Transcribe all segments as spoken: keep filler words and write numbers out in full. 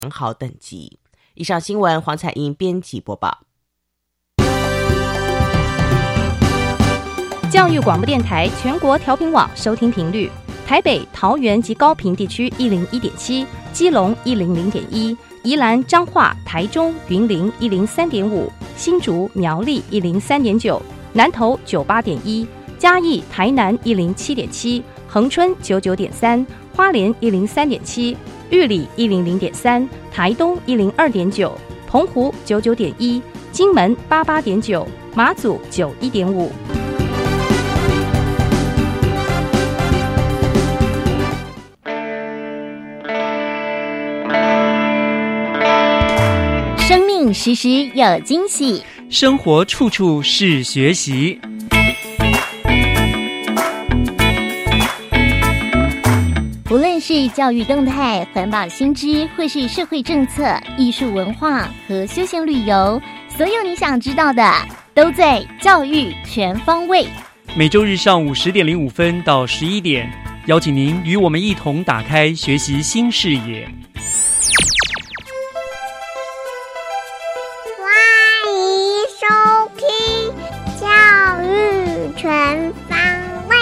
好等级。以上新闻黄彩英编辑播报。 教育广播电台全国调频网收听频率：台北、桃园及高屏地区一零一点七，基隆一零零点一，宜兰、彰化、台中、云林一零三点五，新竹、苗栗一零三点九，南投九八点一，嘉义、台南一零七点七，恒春九九点三，花莲一零三点七，玉里一零零点三，台东一零二点九，澎湖九九点一，金门八八点九，马祖九一点五。 生命时时有惊喜， 生活处处是学习。 无论是教育动态、环保新知，或是社会政策、艺术文化和休闲旅游，所有你想知道的都在教育全方位。 每周日上午十点零五分到十一点，邀请您与我们一同打开学习新视野。 全方位。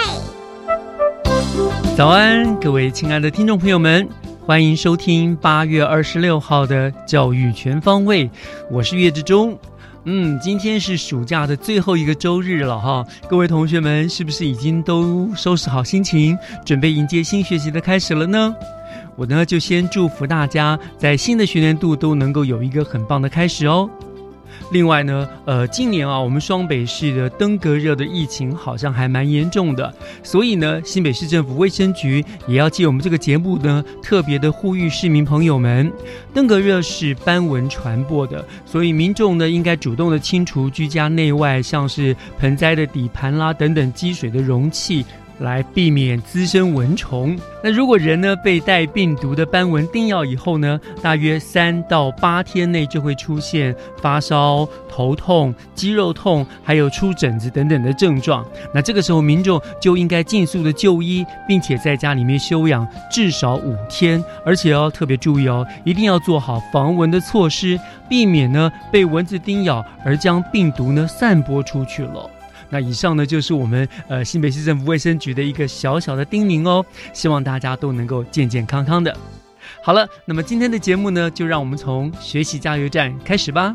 早安，各位亲爱的听众朋友们，欢迎收听八月二十六号的教育全方位，我是岳志忠。嗯，今天是暑假的最后一个周日了哈，各位同学们是不是已经都收拾好心情，准备迎接新学习的开始了呢？我呢就先祝福大家在新的学年度都能够有一个很棒的开始哦。另外呢，呃，今年啊，我们双北市的登革热的疫情好像还蛮严重的，所以呢，新北市政府卫生局也要借我们这个节目呢，特别的呼吁市民朋友们，登革热是斑纹传播的，所以民众呢应该主动的清除居家内外像是盆栽的底盘啦等等积水的容器，来避免滋生蚊虫。那如果人呢被带病毒的斑纹叮咬以后呢，大约三到八天内就会出现发烧、头痛、肌肉痛，还有出疹子等等的症状。那这个时候民众就应该尽速的就医，并且在家里面休养至少五天，而且要特别注意哦，一定要做好防蚊的措施，避免呢被蚊子叮咬而将病毒呢散播出去了。那以上呢就是我们呃新北市政府卫生局的一个小小的叮咛哦，希望大家都能够健健康康的。好了，那么今天的节目呢，就让我们从学习加油站开始吧。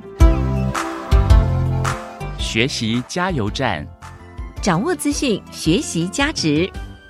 学习加油站， 掌握资讯，学习加值。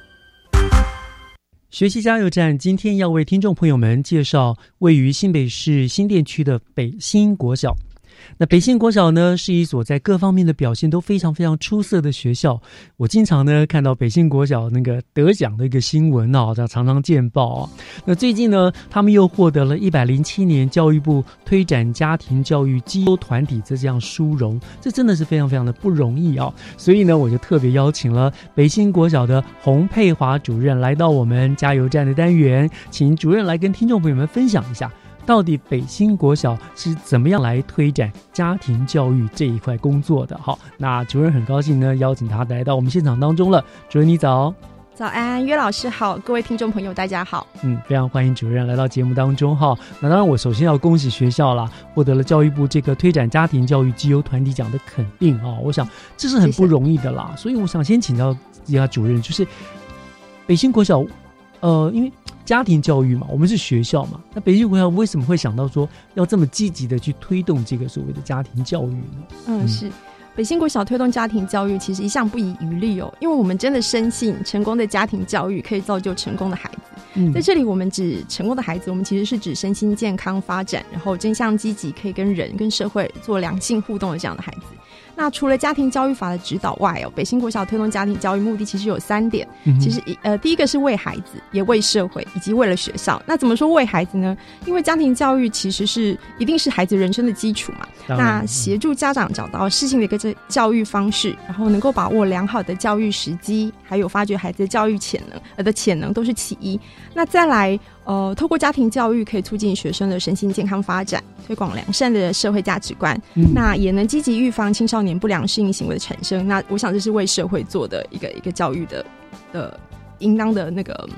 学习加油站今天要为听众朋友们介绍位于新北市新店区的北新国小。那北新国小呢，是一所在各方面的表现都非常非常出色的学校。我经常呢看到北新国小那个得奖的一个新闻哦，常常见报啊。那最近呢，他们又获得了一百零七年教育部推展家庭教育绩优团体这样殊荣，这真的是非常非常的不容易啊。所以呢，我就特别邀请了北新国小的洪佩华主任来到我们加油站的单元，请主任来跟听众朋友们分享一下，到底北新国小是怎么样来推展家庭教育这一块工作的？好，那主任很高兴呢，邀请他来到我们现场当中了。主任你早。 早安，岳老师好，各位听众朋友大家好。 嗯，非常欢迎主任来到节目当中哈。那当然，我首先要恭喜学校啦，获得了教育部这个推展家庭教育绩优团体奖的肯定啊。我想这是很不容易的啦，谢谢。所以我想先请教一下主任，就是北新国小，呃，因为家庭教育嘛，我们是学校嘛，那北新国小为什么会想到说要这么积极的去推动这个所谓的家庭教育呢？ 嗯，是。北新国小推动家庭教育其实一向不遗余力哦，因为我们真的深信成功的家庭教育可以造就成功的孩子。嗯，在这里我们指成功的孩子，我们其实是指身心健康发展，然后正向积极，可以跟人跟社会做良性互动的这样的孩子。那除了家庭教育法的指导外哦，北新国小推动家庭教育目的其实有三点。嗯、其实呃，第一个是为孩子，也为社会，以及为了学校。那怎么说为孩子呢？因为家庭教育其实是一定是孩子人生的基础嘛。那协助家长找到适性的一个教育方式，然后能够把握良好的教育时机，还有发掘孩子的教育潜能呃的潜能都是其一。那再来呃，透过家庭教育可以促进学生的身心健康发展，推广良善的社会价值观、嗯、那也能积极预防青少年不良适应行为的产生。那我想这是为社会做的一个一个教育的的应当的那个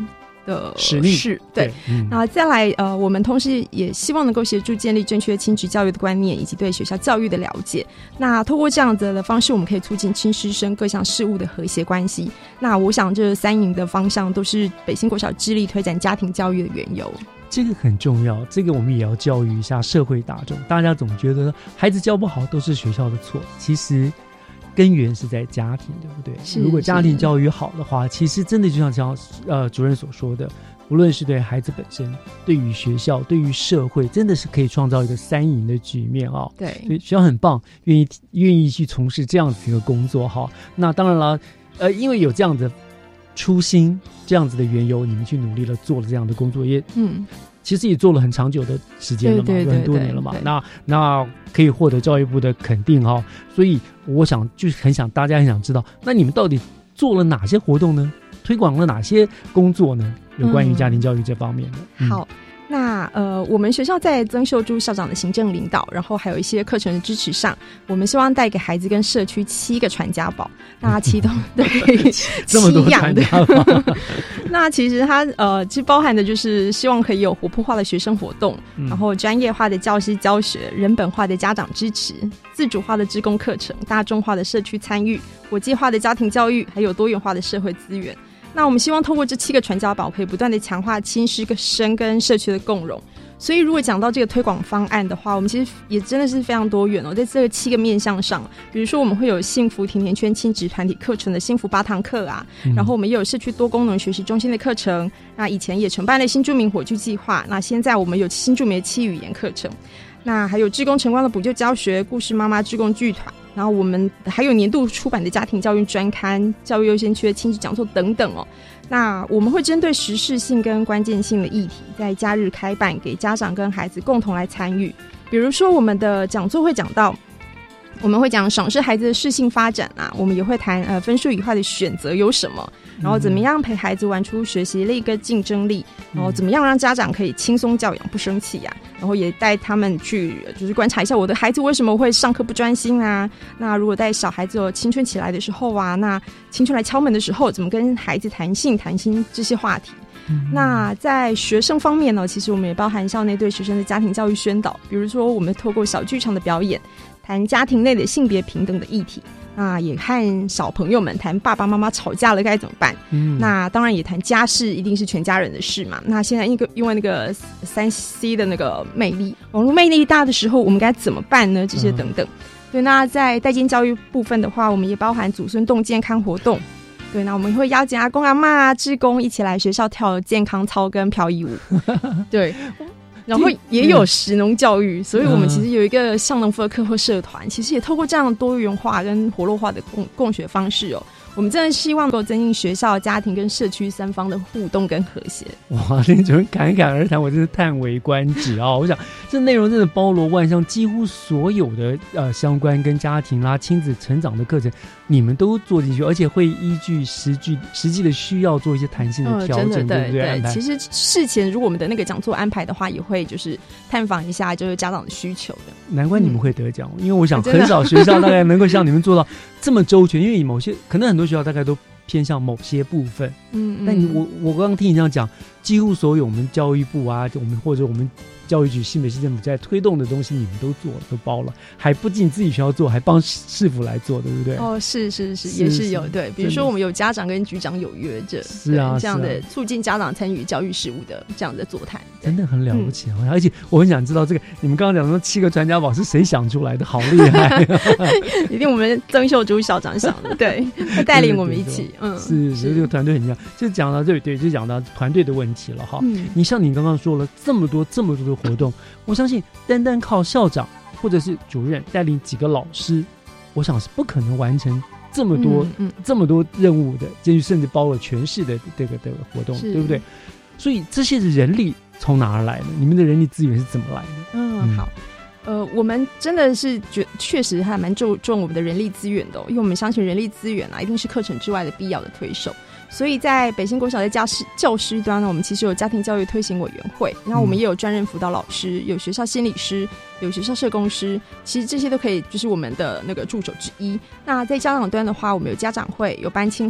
的使命是对， 嗯、 那再来呃，我们同时也希望能够协助建立正确亲职教育的观念，以及对学校教育的了解。那透过这样子的方式，我们可以促进亲师生各项事务的和谐关系。那我想这三营的方向都是北新国小致力推展家庭教育的缘由。 这个很重要，这个我们也要教育一下社会大众。大家总觉得孩子教不好都是学校的错，其实根源是在家庭，对不对？如果家庭教育好的话，其实真的就像像呃主任所说的，无论是对孩子本身，对于学校，对于社会，真的是可以创造一个三赢的局面啊、哦！ 对， 所以学校很棒，愿意愿意去从事这样子一个工作哈。那当然了，呃，因为有这样的初心，这样子的缘由，你们去努力了做了这样的工作，也嗯。其实也做了很长久的时间了嘛， 对对对对很多年了嘛。那那可以获得教育部的肯定哈、哦，所以我想就很想大家很想知道，那你们到底做了哪些活动呢？推广了哪些工作呢？有关于家庭教育这方面的。 嗯嗯、好。那呃，我们学校在曾秀珠校长的行政领导，然后还有一些课程的支持上，我们希望带给孩子跟社区七个传家宝。那其中对这么多传家宝， 那其实它呃，其实包含的就是希望可以有活泼化的学生活动，嗯、然后专业化的教师教学，人本化的家长支持，自主化的志工课程，大众化的社区参与，国际化的家庭教育，还有多元化的社会资源。那我们希望透过这七个传家宝，可以不断的强化亲师生跟社区的共融。所以如果讲到这个推广方案的话，我们其实也真的是非常多元哦。在这个七个面向上，比如说我们会有幸福甜甜圈亲子团体课程的幸福八堂课啊、嗯、然后我们也有社区多功能学习中心的课程，那以前也承办了新住民火炬计划，那现在我们有新住民的七语言课程，那还有志工晨光的补救教学，故事妈妈志工剧团，然后我们还有年度出版的家庭教育专刊，教育优先区的亲子讲座等等哦。那我们会针对时事性跟关键性的议题，在假日开办，给家长跟孩子共同来参与。比如说我们的讲座会讲到，我们会讲赏识孩子的适性发展啊，我们也会谈呃分数以外的选择有什么，然后怎么样陪孩子玩出学习力跟竞争力，然后怎么样让家长可以轻松教养不生气啊，然后也带他们去就是观察一下我的孩子为什么会上课不专心啊，那如果带小孩子有青春起来的时候啊，那青春来敲门的时候怎么跟孩子谈性谈心这些话题。那在学生方面呢，其实我们也包含校内对学生的家庭教育宣导，比如说我们透过小剧场的表演谈家庭内的性别平等的议题，那也和小朋友们谈爸爸妈妈吵架了该怎么办、嗯、那当然也谈家事一定是全家人的事嘛，那现在因为因为那个 三 C 的那个魅力，网络魅力大的时候我们该怎么办呢，这些等等、嗯、对。那在代间教育部分的话，我们也包含祖孙洞健康活动，对，那我们会邀请阿公阿嬷、志工一起来学校跳健康操跟漂移舞对，然后也有食农教育，所以我们其实有一个向农夫的课后社团，其实也透过这样多元化跟活络化的共共学方式哦，我们真的希望能够增进学校、家庭跟社区三方的互动跟和谐。 哇，那主任侃侃而谈，我真是叹为观止啊！我想这内容真的包罗万象，几乎所有的呃相关跟家庭啦、亲子成长的课程，你们都做进去，而且会依据实际实际的需要做一些弹性的调整， 嗯、对对不对？ 对对，其实事前如果我们的那个讲座安排的话，也会就是探访一下就是家长的需求的。 难怪你们会得奖、嗯，因为我想很少学校大概能够像你们做到这么周全，因为某些可能很多学校大概都偏向某些部分，嗯，但你我我刚刚听你这样讲，几乎所有我们教育部啊，我们或者我们教育局、新北市政府在推动的东西，你们都做了，都包了，还不仅自己学校做，还帮市府来做，对不对？ 哦，是是 是, 是，也是有对，比如说我们有家长跟局长有约着， 是啊， 这样的促进家长参与教育事务的这样的座谈， 真的很了不起、嗯、而且我很想知道这个，你们刚刚讲说七个传家宝是谁想出来的？好厉害！ 一定我们曾秀珠校长想的，对，他带领我们一起，嗯， 是是，这个团队很强。就讲到对对，就讲到团队的问题了哈。嗯，你像你刚刚说了这么多这么多的活动，我相信单单靠校长或者是主任带领几个老师，我想是不可能完成这么多、嗯嗯、这么多任务的，甚至包了全市的这个的活动，对不对？所以这些人力从哪儿来的？你们的人力资源是怎么来的？ 嗯，嗯好。呃，我们真的是觉确实还蛮注重我们的人力资源的、哦，因为我们相信人力资源啊，一定是课程之外的必要的推手。所以在北新国小在教师教师端呢，我们其实有家庭教育推行委员会，然后我们也有专任辅导老师，有学校心理师，有学校社工师，其实这些都可以就是我们的那个助手之一。那在家长端的话，我们有家长会，有班亲会，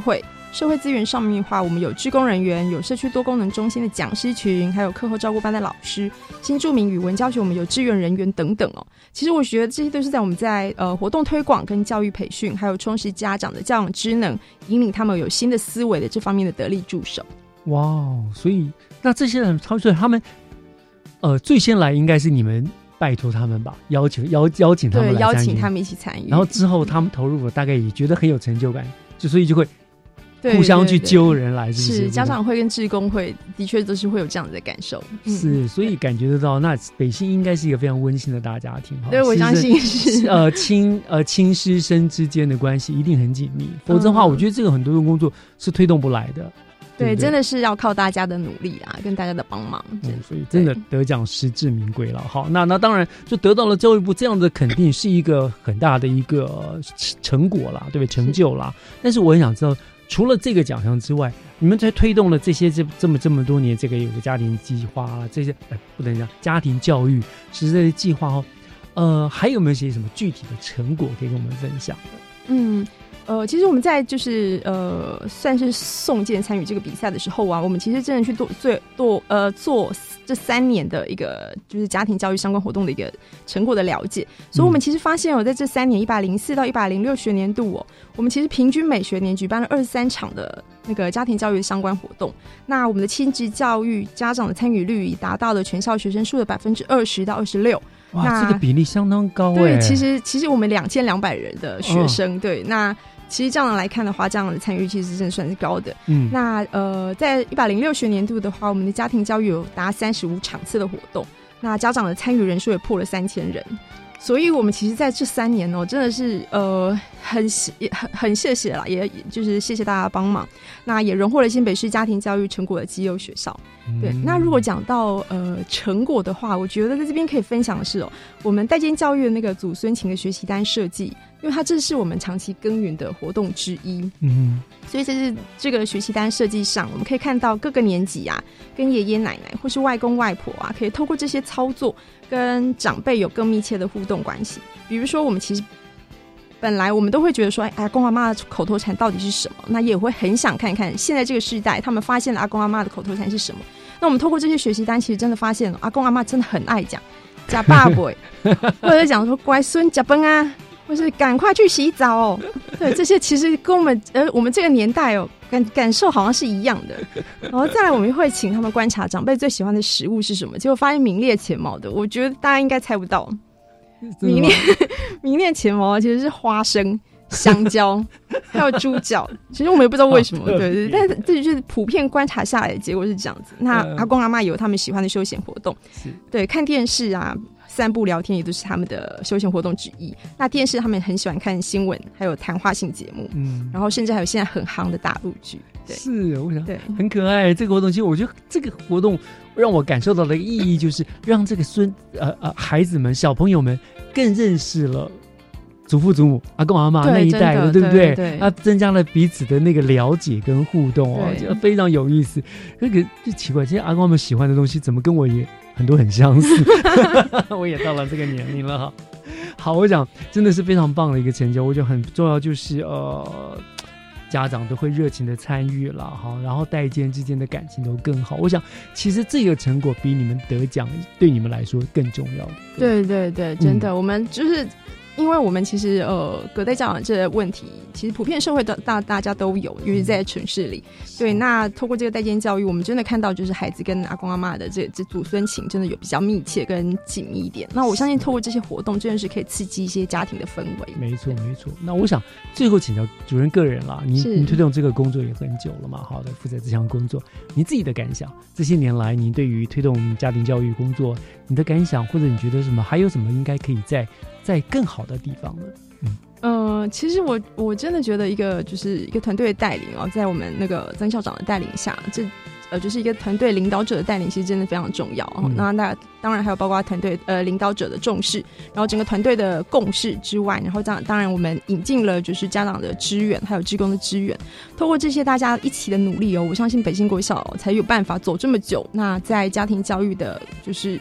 社会资源上面的话，我们有志工人员，有社区多功能中心的讲师群，还有课后照顾班的老师，新住民语文教学我们有志愿人员等等哦。其实我觉得这些都是在我们在呃活动推广跟教育培训，还有充实家长的教养知能，引领他们有新的思维的这方面的得力助手。 哇，所以那这些人，所以他们呃最先来应该是你们拜托他们吧，邀请邀邀请他们来参与， 对，邀请他们一起参与， 然后之后他们投入了，大概也觉得很有成就感，就所以就会互相去揪人来，是不是？ 是家长会跟志工会的确都是会有这样的感受， 是， 嗯、 所以感觉得到，那北信应该是一个非常温馨的大家庭。 对，我相信是呃亲呃亲师生之间的关系一定很紧密，否则的话，我觉得这个很多的工作是推动不来的。 对， 对对真的是要靠大家的努力啊，跟大家的帮忙。 嗯，所以真的得奖实至名归了。好，那那当然就得到了教育部这样的肯定，是一个很大的一个成果啦，对不对？成就啦。但是我很想知道，除了这个奖项之外，你们在推动了这些这这么这么多年，这个有个家庭计划啊，这些哎不能讲家庭教育实施这些计划哦，呃，还有没有一些什么具体的成果可以跟我们分享的？ 嗯。呃，其实我们在就是呃，算是送件参与这个比赛的时候啊，我们其实真的去做做做呃做这三年的一个就是家庭教育相关活动的一个成果的了解，所以我们其实发现哦，在这三年一百零四到一百零六学年度哦，我们其实平均每学年举办了二十三场的那个家庭教育的相关活动。那我们的亲职教育家长的参与率已达到了全校学生数的百分之二十到二十六。 哇，这个比例相当高哎！ 对，其实其实我们两千两百人的学生，哦、对那。其实这样来看的话，这样的参与其实真的算是高的。嗯，那呃，在一百零六学年度的话，我们的家庭教育有达三十五场次的活动，那家长的参与人数也破了三千人。所以我们其实在这三年哦，真的是呃很也很很谢谢啦，也就是谢谢大家帮忙。那也荣获了新北市家庭教育成果的绩优学校。对，那如果讲到呃成果的话，我觉得在这边可以分享的是哦，我们代间教育的那个祖孙情的学习单设计，因为它这是我们长期耕耘的活动之一。嗯，所以这是这个学习单设计上，我们可以看到各个年级啊，跟爷爷奶奶或是外公外婆啊，可以透过这些操作，跟长辈有更密切的互动关系。比如说，我们其实本来我们都会觉得说，哎，阿公阿嬷的口头禅到底是什么？那也会很想看看现在这个世代，他们发现了阿公阿嬷的口头禅是什么。那我们透过这些学习单，其实真的发现了阿公阿嬷真的很爱讲“假爸爸”，或者讲说“乖孙假崩啊”，或是“赶快去洗澡哦”。对，这些其实跟我们呃我们这个年代哦感感受好像是一样的。然后再来，我们会请他们观察长辈最喜欢的食物是什么，结果发现名列前茅的，我觉得大家应该猜不到。名列名列前茅其实是花生、香蕉还有猪脚，其实我们也不知道为什么，对对，但是这就是普遍观察下来的结果是这样子。那阿公阿嬷有他们喜欢的休闲活动，对，看电视啊、散步聊天也都是他们的休闲活动之一。那电视他们很喜欢看新闻，还有谈话性节目，嗯，然后甚至还有现在很夯的大陆剧。 是，我想对，很可爱。这个活动其实我觉得这个活动让我感受到的一个意义，就是让这个孙呃呃孩子们、小朋友们更认识了祖父祖母、阿公阿嬷那一代的，对不对？对，那增加了彼此的那个了解跟互动哦，就非常有意思。那个就奇怪，这些阿公阿嬷喜欢的东西，怎么跟我也很多很相似？我也到了这个年龄了哈。好，我想真的是非常棒的一个成就。我觉得很重要就是呃。家长都会热情的参与了哈，然后代间之间的感情都更好。我想，其实这个成果比你们得奖对你们来说更重要。 对对对，真的，嗯、我们就是因为我们其实呃隔代教养这个问题，其实普遍社会的大大家都有，尤其在城市里。对，那透过这个代间教育，我们真的看到就是孩子跟阿公阿嬷的这这祖孙情真的有比较密切跟紧密一点。那我相信透过这些活动，真的是可以刺激一些家庭的氛围。 没错没错。那我想最后请教主任个人啦，你你推动这个工作也很久了嘛，好的，负责这项工作，你自己的感想？这些年来，你对于推动家庭教育工作，你的感想，或者你觉得什么，还有什么应该可以在在更好的地方呢？嗯。 呃，其实我我真的觉得一个就是一个团队的带领哦，在我们那个曾校长的带领下，这呃就是一个团队领导者的带领，其实真的非常重要。嗯、那那当然还有包括团队呃领导者的重视，然后整个团队的共识之外，然后当当然我们引进了就是家长的支援，还有志工的支援，透过这些大家一起的努力哦，我相信北新国小才有办法走这么久。那在家庭教育的就是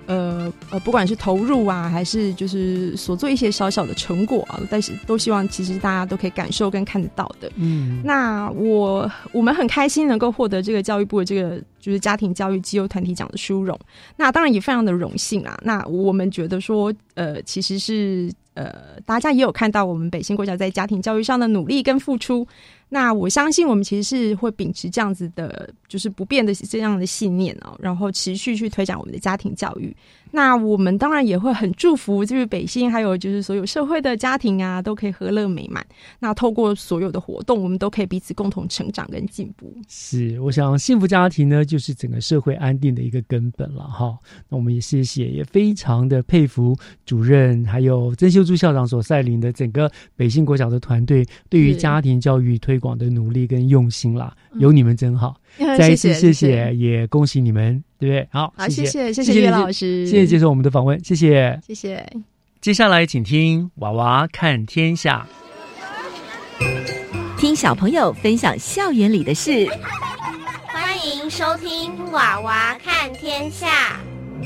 呃呃，不管是投入啊，还是就是所做一些小小的成果啊，但是都希望其实大家都可以感受跟看得到的。嗯，那我我们很开心能够获得这个教育部的这个就是家庭教育绩优团体奖的殊荣，那当然也非常的荣幸啊。那我们觉得说，呃，其实是呃，大家也有看到我们北新国小在家庭教育上的努力跟付出。那我相信我们其实是会秉持这样子的就是不变的这样的信念哦，然后持续去推展我们的家庭教育。那我们当然也会很祝福就是北新还有就是所有社会的家庭啊都可以和乐美满，那透过所有的活动我们都可以彼此共同成长跟进步。 是，我想幸福家庭呢就是整个社会安定的一个根本了哈。那我们也谢谢，也非常的佩服主任还有曾秀珠校长所带领的整个北新国小的团队对于家庭教育推广的努力跟用心啦，有你们真好。嗯、再一次谢谢，谢谢也恭喜你们，对不对？好， 好，谢谢，谢谢岳老师， 谢谢接受我们的访问，谢谢， 谢谢。 接下来请听娃娃看天下， 听小朋友分享校园里的事。 欢迎收听娃娃看天下。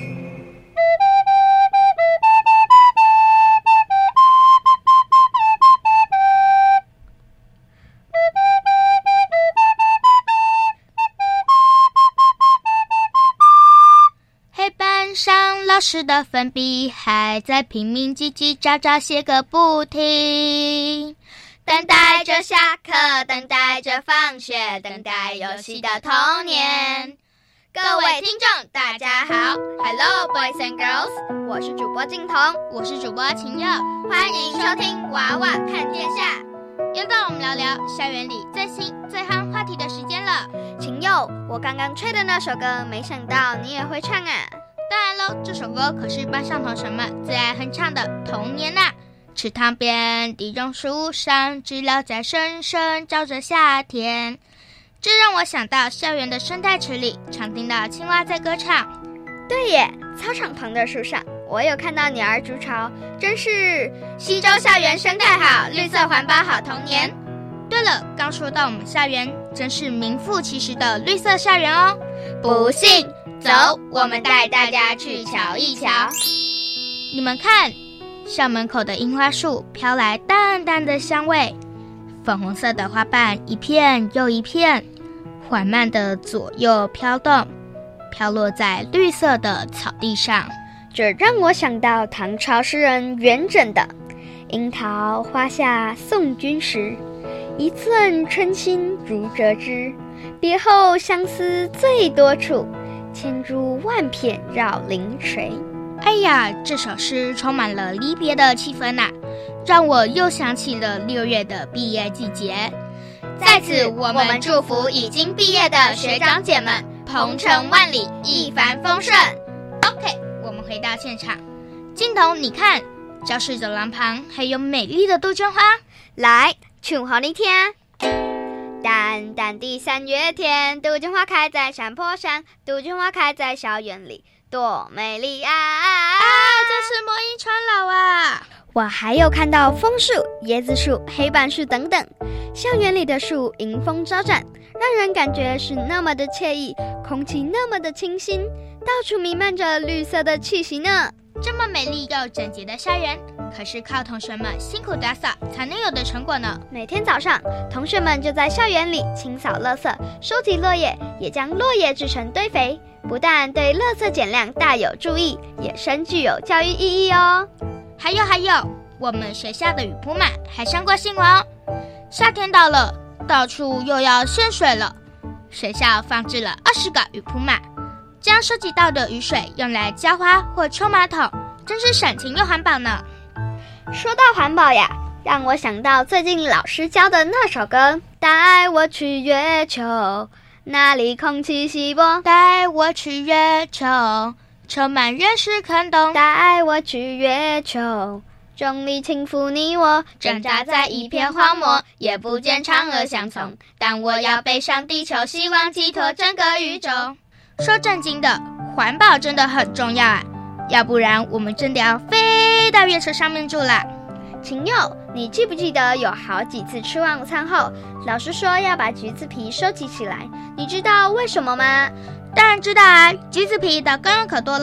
上老师的粉笔还在拼命叽叽喳喳写个不停，等待着下课，等待着放学，等待游戏的童年。各位听众大家好， Hello boys and girls， 我是主播静彤，我是主播晴佑，欢迎收听娃娃看天下。又到我们聊聊校园里最新最夯话题的时间了。 晴佑，我刚刚吹的那首歌没想到你也会唱啊。 当然喽，这首歌可是班上同学们最爱哼唱的《童年》呐。池塘边的榕树上，知了在声声叫着夏天。这让我想到校园的生态池里，常听到青蛙在歌唱。 对耶，操场旁的树上，我有看到鸟儿筑巢，真是西周校园生态好，绿色环保好童年。 对了，刚说到我们校园，真是名副其实的绿色校园哦。 不信？走，我们带大家去瞧一瞧。 你们看，校门口的樱花树飘来淡淡的香味，粉红色的花瓣一片又一片，缓慢地左右飘动，飘落在绿色的草地上。 这让我想到唐朝诗人元稹的“樱桃花下送君时，一寸春心如折枝。别后相思最多处，千株万片绕零垂。” 哎呀，这首诗充满了离别的气氛呐、啊，让我又想起了六月的毕业季节。 在此，我们祝福已经毕业的学长姐们鹏程万里，一帆风顺。 OK， 我们回到现场。镜头，你看，教室走廊旁还有美丽的杜鹃花。 来，唱好你听。淡淡的三月天，杜鹃花开在山坡上，杜鹃花开在校园里，多美丽啊！ 啊，这是魔音传老啊！ 我还有看到枫树、椰子树、黑板树等等，校园里的树迎风招展，让人感觉是那么的惬意，空气那么的清新，到处弥漫着绿色的气息呢。 这么美丽又整洁的校园，可是靠同学们辛苦打扫才能有的成果呢。 每天早上，同学们就在校园里清扫垃圾，收集落叶，也将落叶制成堆肥，不但对垃圾减量大有注意，也深具有教育意义哦。 还有还有，我们学校的雨铺马还上过新闻哦。夏天到了，到处又要限水了，学校放置了二十个雨铺马，将收集到的雨水用来浇花或冲马桶，真是省钱又环保呢。 说到环保呀，让我想到最近老师教的那首歌，带我去月球，那里空气稀薄， 带我去月球，充满原始坑洞， 带我去月球，重力轻抚你我，挣扎在一片荒漠，也不见嫦娥相从，但我要背上地球，希望寄托整个宇宙。 说正经的，环保真的很重要啊，要不然我们真的要飞到月球上面住啦。 晴佑，你记不记得有好几次吃完午餐后，老师说要把橘子皮收集起来，你知道为什么吗？ 当然知道啊，橘子皮的功用可多了，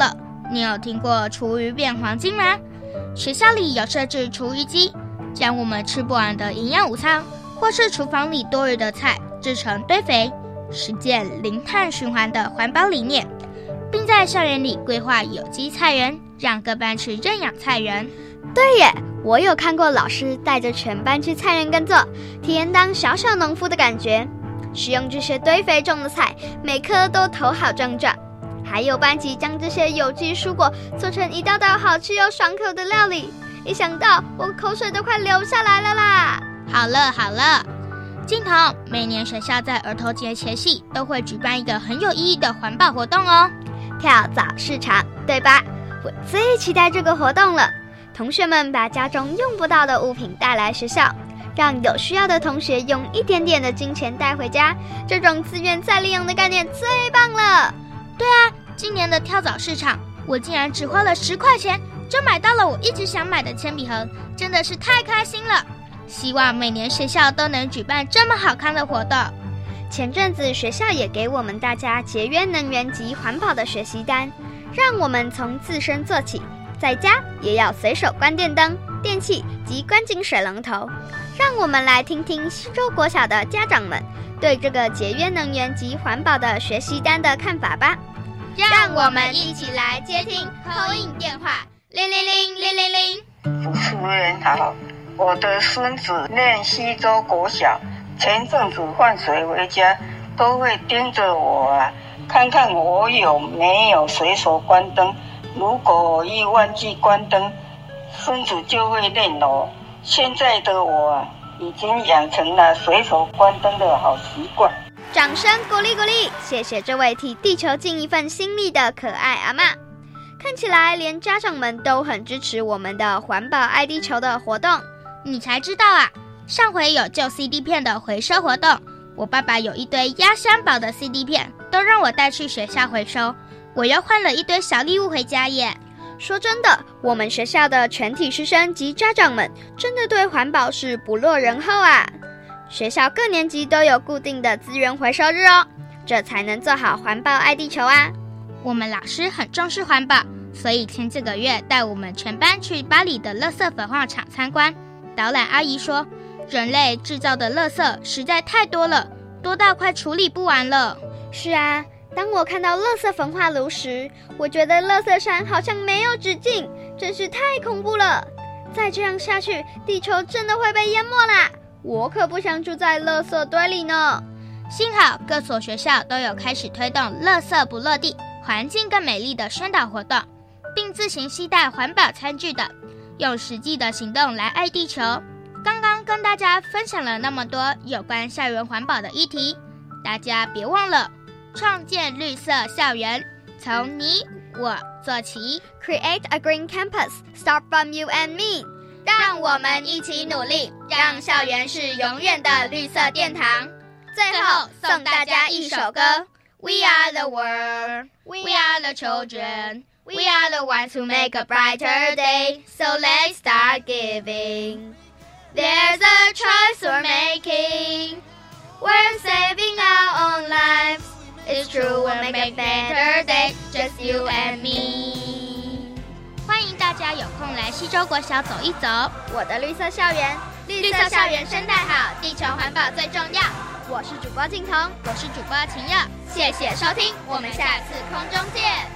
你有听过厨余变黄金吗？学校里有设置厨余机，将我们吃不完的营养午餐或是厨房里多余的菜制成堆肥，实践零碳循环的环保理念，并在校园里规划有机菜园，让各班去认养菜园。 对耶，我有看过老师带着全班去菜园耕作，体验当小小农夫的感觉。使用这些堆肥种的菜，每颗都头好壮壮。还有班级将这些有机蔬果做成一道道好吃又爽口的料理，一想到我口水都快流下来了啦！ 好了好了，镜头，每年学校在儿童节前夕都会举办一个很有意义的环保活动哦， 跳蚤市场，对吧？我最期待这个活动了。同学们把家中用不到的物品带来学校，让有需要的同学用一点点的金钱带回家，这种资源再利用的概念最棒了。 对啊，今年的跳蚤市场，我竟然只花了十块钱就买到了我一直想买的铅笔盒，真的是太开心了。希望每年学校都能举办这么好看的活动。 前阵子学校也给我们大家节约能源及环保的学习单，让我们从自身做起，在家也要随手关电灯、电器及关紧水龙头。让我们来听听西周国小的家长们对这个节约能源及环保的学习单的看法吧。 让我们一起来接听 call in 电话零零零零零零。 主持人好，我的孙子念西周国小，前阵子换水回家，都会盯着我啊，看看我有没有随手关灯。如果我一忘记关灯，孙子就会念我。现在的我啊，已经养成了随手关灯的好习惯。 掌声鼓励鼓励，谢谢这位替地球尽一份心力的可爱阿嬷。看起来连家长们都很支持我们的环保爱地球的活动。 你才知道啊，上回有旧 C D 片的回收活动，我爸爸有一堆压箱宝的 C D 片，都让我带去学校回收，我又换了一堆小礼物回家耶。 说真的，我们学校的全体师生及家长们真的对环保是不落人后啊。学校各年级都有固定的资源回收日哦，这才能做好环保爱地球啊。 我们老师很重视环保，所以前几个月带我们全班去巴黎的垃圾焚化厂参观。导览阿姨说，人类制造的垃圾实在太多了，多到快处理不完了。 是啊，当我看到垃圾焚化炉时，我觉得垃圾山好像没有止境，真是太恐怖了。再这样下去，地球真的会被淹没啦！我可不想住在垃圾堆里呢。 幸好各所学校都有开始推动垃圾不落地、环境更美丽的宣导活动，并自行携带环保餐具的，用实际的行动来爱地球。刚刚跟大家分享了那么多有关校园环保的议题，大家别忘了创建绿色校园，从你我做起。 Create a green campus, start from you and me。 让我们一起努力，让校园是永远的绿色殿堂。最后送大家一首歌， We are the world, we are the children, we are the ones who make a brighter day, so let's start giving. There's a choice we're making, we're saving our own lives. It's true, we'll make a better day, just you and me. 欢迎大家有空来西周国小走一走， 我的绿色校园， 绿色校园生态好，地球环保最重要。 我是主播静彤， 我是主播晴热，谢谢收听，我们下次空中见。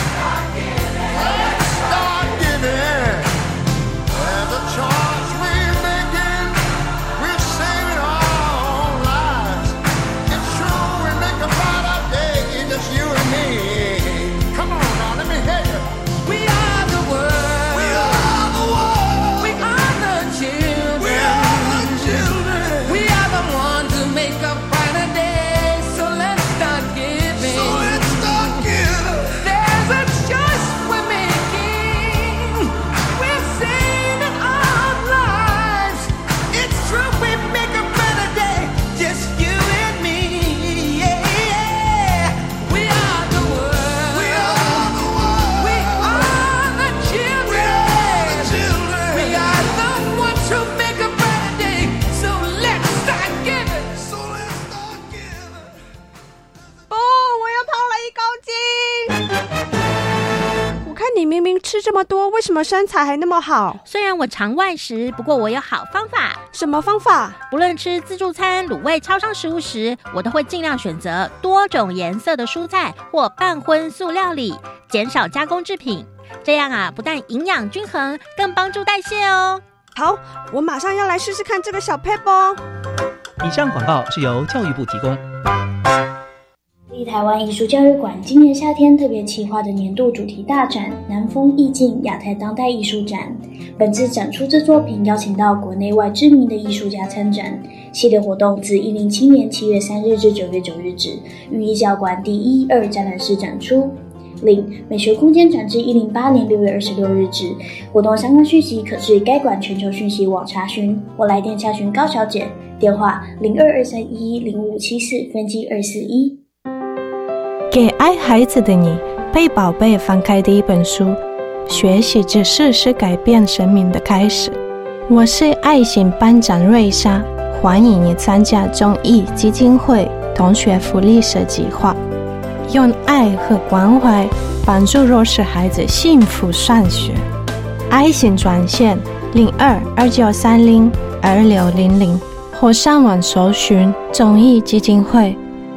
Charge we 这么多，为什么身材还那么好？ 虽然我常外食，不过我有好方法。 什么方法？ 不论吃自助餐、卤味、超商食物时，我都会尽量选择多种颜色的蔬菜或半荤素料理，减少加工制品。这样啊，不但营养均衡，更帮助代谢哦。 好，我马上要来试试看这个小撇步哦。 以上广告是由教育部提供。 立台湾艺术教育馆今年夏天特别企划的年度主题大展南风意境亚太当代艺术展，本次展出之作品邀请到国内外知名的艺术家参展。系列活动自一零七年七月三日至九月九日止于艺教馆第一二展览室展出。另美学空间展至一零八年六月二十六日止，活动相关讯息可至该馆全球讯息网查询，或来电查询高小姐，电话零二二三一一零五七四分机二四一。 给爱孩子的你，被宝贝翻开第一本书，学习知识是改变生命的开始。我是爱心班长瑞莎，欢迎你参加中艺基金会同学福利社计划，用爱和关怀帮助弱势孩子幸福上学。爱心专线零二二九三零二六零零，或上网搜寻中艺基金会。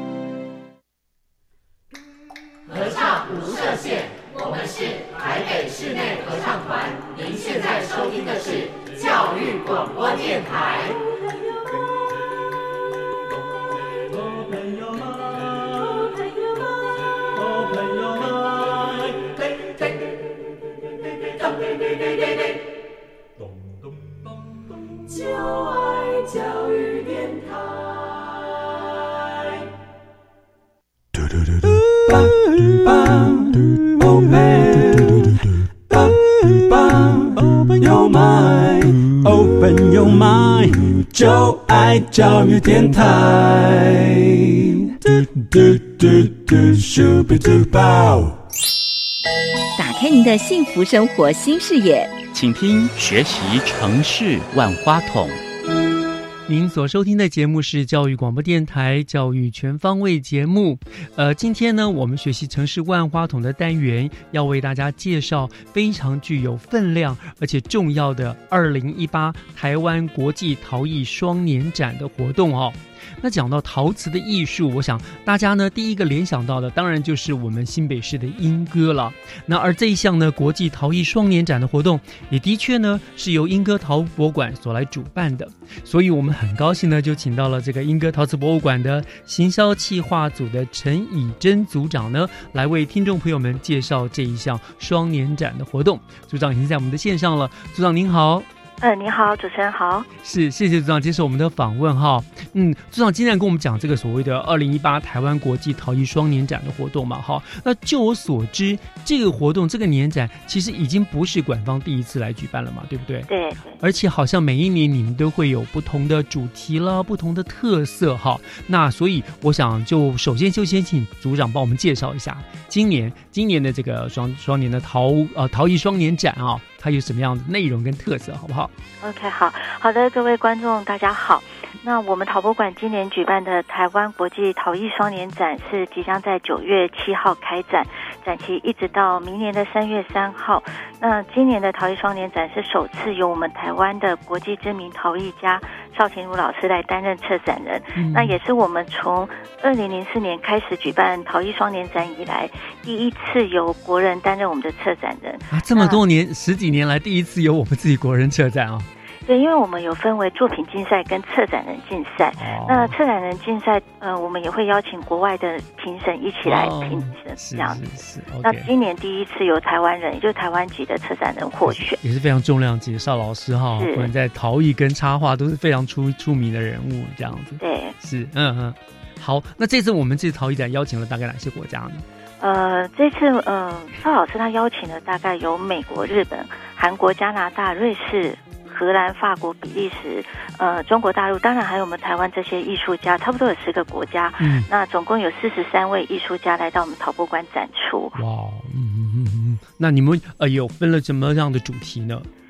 合唱无设限，我们是台北室内合唱团。您现在收听的是教育广播电台。就爱教育电台。Open your mind, open your mind， 就爱教育电台。 打开您的幸福生活新视野， 请听学习城市万花筒。 您所收听的节目是教育广播电台教育全方位节目。呃，今天呢，我们学习城市万花筒的单元，要为大家介绍非常具有分量而且重要的二零一八台湾国际陶艺双年展的活动哦。那讲到陶瓷的艺术，我想大家呢第一个联想到的当然就是我们新北市的莺歌了。那而这一项呢国际陶艺双年展的活动，也的确呢是由莺歌陶博物馆所来主办的，所以我们很高兴呢就请到了这个莺歌陶瓷博物馆的行销企划组的陈以真组长呢，来为听众朋友们介绍这一项双年展的活动。组长已经在我们的线上了，组长您好。 呃，你好，主持人好。 是，谢谢组长接受我们的访问哈。嗯，组长今天跟我们讲这个所谓的二零一八台湾国际陶艺双年展的活动嘛，哈。那就我所知，这个活动这个年展其实已经不是馆方第一次来举办了嘛，对不对？ 对。 而且好像每一年你们都会有不同的主题啦，不同的特色哈。那所以我想就首先就先请组长帮我们介绍一下今年今年的这个双双年的陶呃陶艺双年展啊。它有什么样的内容跟特色，好不好 ？OK， 好好的，各位观众大家好。那我们陶博馆今年举办的台湾国际陶艺双年展是即将在九月七号开展，展期一直到明年的三月三号。那今年的陶艺双年展是首次由我们台湾的国际知名陶艺家邵琴如老师来担任策展人，嗯、那也是我们从二零零四年开始举办陶艺双年展以来第一次由国人担任我们的策展人啊！这么多年十几年来第一次由我们自己国人策展啊！ 对，因为我们有分为作品竞赛跟策展人竞赛。哦、那策展人竞赛，呃，我们也会邀请国外的评审一起来评审，哦、这样子。是是是 okay、那今年第一次由台湾人，也就是台湾籍的策展人获选， 也是非常重量级。邵老师哈，我们在陶艺跟插画都是非常出出名的人物，这样子。 对， 是嗯嗯。好，那这次我们这次陶艺展邀请了大概哪些国家呢？ 呃，这次呃，邵老师他邀请了大概有美国、日本、韩国、加拿大、瑞士、荷兰、法国、比利时、呃，中国大陆，当然还有我们台湾这些艺术家，差不多有十个国家。嗯，那总共有四十三位艺术家来到我们陶博馆展出。 哇，嗯嗯嗯嗯，那你们呃有分了什么样的主题呢？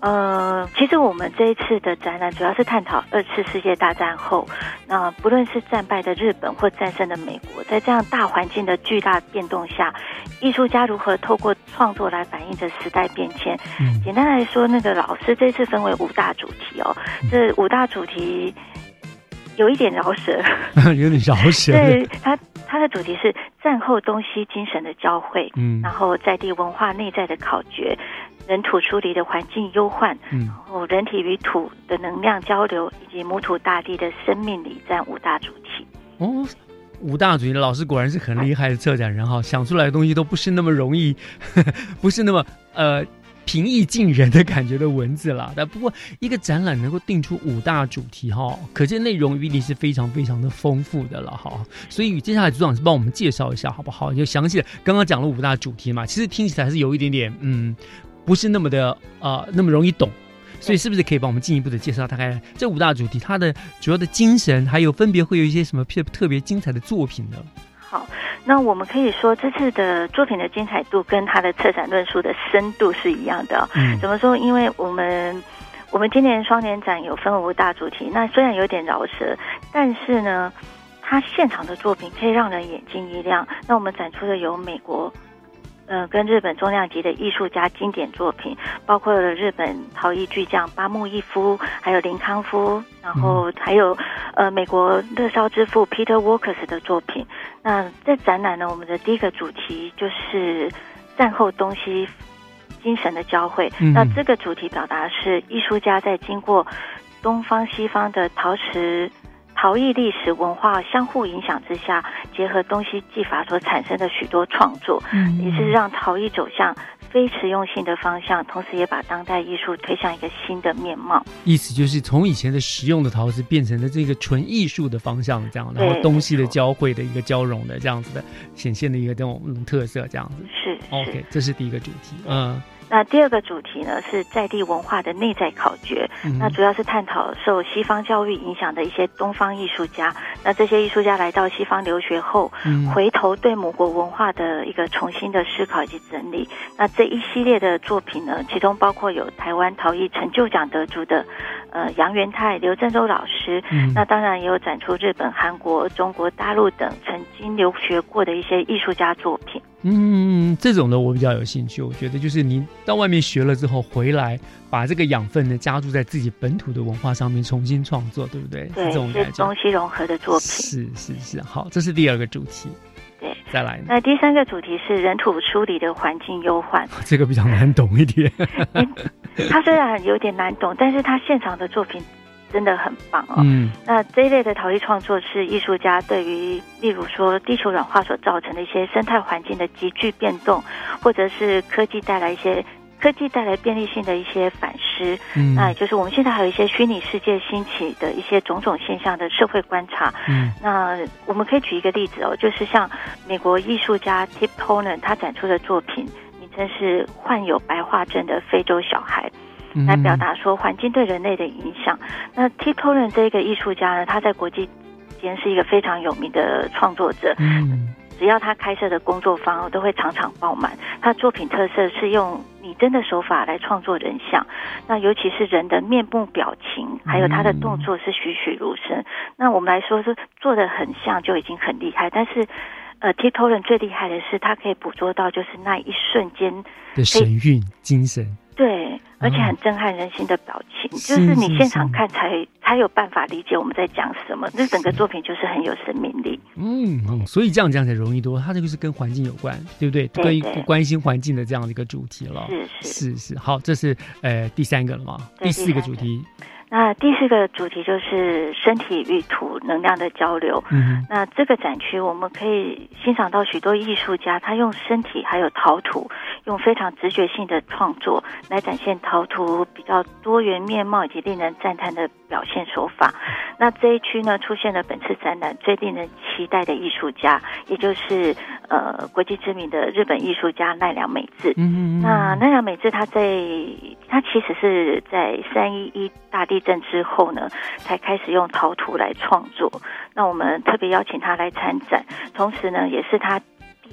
呃，其实我们这一次的展览主要是探讨二次世界大战后，那不论是战败的日本或战胜的美国，在这样大环境的巨大变动下，艺术家如何透过创作来反映着时代变迁。嗯、简单来说，那个老师这次分为五大主题哦，嗯、这五大主题有一点饶舌， 有点饶舌。 对，它它的主题是战后东西精神的交汇，嗯，然后在地文化内在的考掘。人土疏离的环境忧患，嗯，然后人体与土的能量交流，以及母土大地的生命力，这样五大主题。 哦，五大主题，老师果然是很厉害的策展人哈，想出来的东西都不是那么容易，呵呵不是那么呃平易近人的感觉的文字啦。但不过一个展览能够定出五大主题哈，可见内容一定是非常非常的丰富的了哈。所以接下来组长是帮我们介绍一下好不好？就详细的刚刚讲了五大主题嘛，其实听起来是有一点点嗯。不是那么的呃那么容易懂，所以是不是可以帮我们进一步的介绍大概这五大主题它的主要的精神，还有分别会有一些什么特别精彩的作品呢？ 好，那我们可以说这次的作品的精彩度跟它的策展论述的深度是一样的。嗯，怎么说？因为我们我们今年双年展有分五大主题，那虽然有点饶舌，但是呢，它现场的作品可以让人眼睛一亮。那我们展出的有美国。呃，跟日本重量级的艺术家经典作品，包括了日本陶艺巨匠八木一夫，还有林康夫，然后还有呃美国乐烧之父 Peter Walkers 的作品。那在展览呢，我们的第一个主题就是战后东西精神的交汇。嗯、那这个主题表达的是艺术家在经过东方西方的陶瓷。陶艺历史文化相互影响之下，结合东西技法所产生的许多创作，嗯，也是让陶艺走向非实用性的方向，同时也把当代艺术推向一个新的面貌。 意思就是从以前的实用的陶瓷变成了这个纯艺术的方向，这样，然后东西的交汇的一个交融的这样子的显现的一个这种特色，这样子。 是 OK， 这是第一个主题，嗯。 那第二个主题呢是在地文化的内在考掘，嗯、那主要是探讨受西方教育影响的一些东方艺术家。那这些艺术家来到西方留学后，嗯、回头对母国文化的一个重新的思考以及整理。那这一系列的作品呢，其中包括有台湾陶艺成就奖得主的呃杨元泰、刘振洲老师，嗯、那当然也有展出日本、韩国、中国大陆等曾经留学过的一些艺术家作品。 嗯，这种的我比较有兴趣。我觉得就是你到外面学了之后回来，把这个养分呢加注在自己本土的文化上面，重新创作，对不对？ 对， 这种是东西融合的作品。 是是是，好，这是第二个主题。 对， 再来。 那第三个主题是人土疏离的环境忧患， 这个比较难懂一点。 它虽然有点难懂，但是它现场的作品。真的很棒哦。嗯，那这一类的陶艺创作是艺术家对于例如说地球软化所造成的一些生态环境的急剧变动，或者是科技带来一些科技带来便利性的一些反思。嗯，那也就是我们现在还有一些虚拟世界兴起的一些种种现象的社会观察。嗯，那我们可以举一个例子哦，就是像美国艺术家 Tip Torner 他展出的作品，名称是患有白化症的非洲小孩。来表达说环境对人类的影响。那 Tip Torner 这个艺术家呢，他在国际间是一个非常有名的创作者。嗯，只要他开设的工作坊都会场场爆满。他作品特色是用拟真的手法来创作人像，那尤其是人的面部表情，还有他的动作是栩栩如生。那我们来说是做得很像就已经很厉害，但是呃 Tip Torner 最厉害的是他可以捕捉到就是那一瞬间的神韵精神。 对，而且很震撼人心的表情，嗯、就是你现场看才才有办法理解我们在讲什么。这整个作品就是很有生命力。 嗯嗯，所以这样讲才容易多。它这个是跟环境有关，对不对？ 对对， 跟关心环境的这样的一个主题了。 是是是是。好，这是呃第三个了嘛？第四个主题。 那第四个主题就是身体与土能量的交流。嗯，那这个展区我们可以欣赏到许多艺术家，他用身体还有陶土，用非常直觉性的创作来展现陶土比较多元面貌以及令人赞叹的表现手法。那这一区呢，出现了本次展览最令人期待的艺术家，也就是呃国际知名的日本艺术家奈良美智。嗯嗯。那奈良美智他在他其实是在三一一大地震之后呢，才开始用陶土来创作。那我们特别邀请他来参展，同时呢，也是他第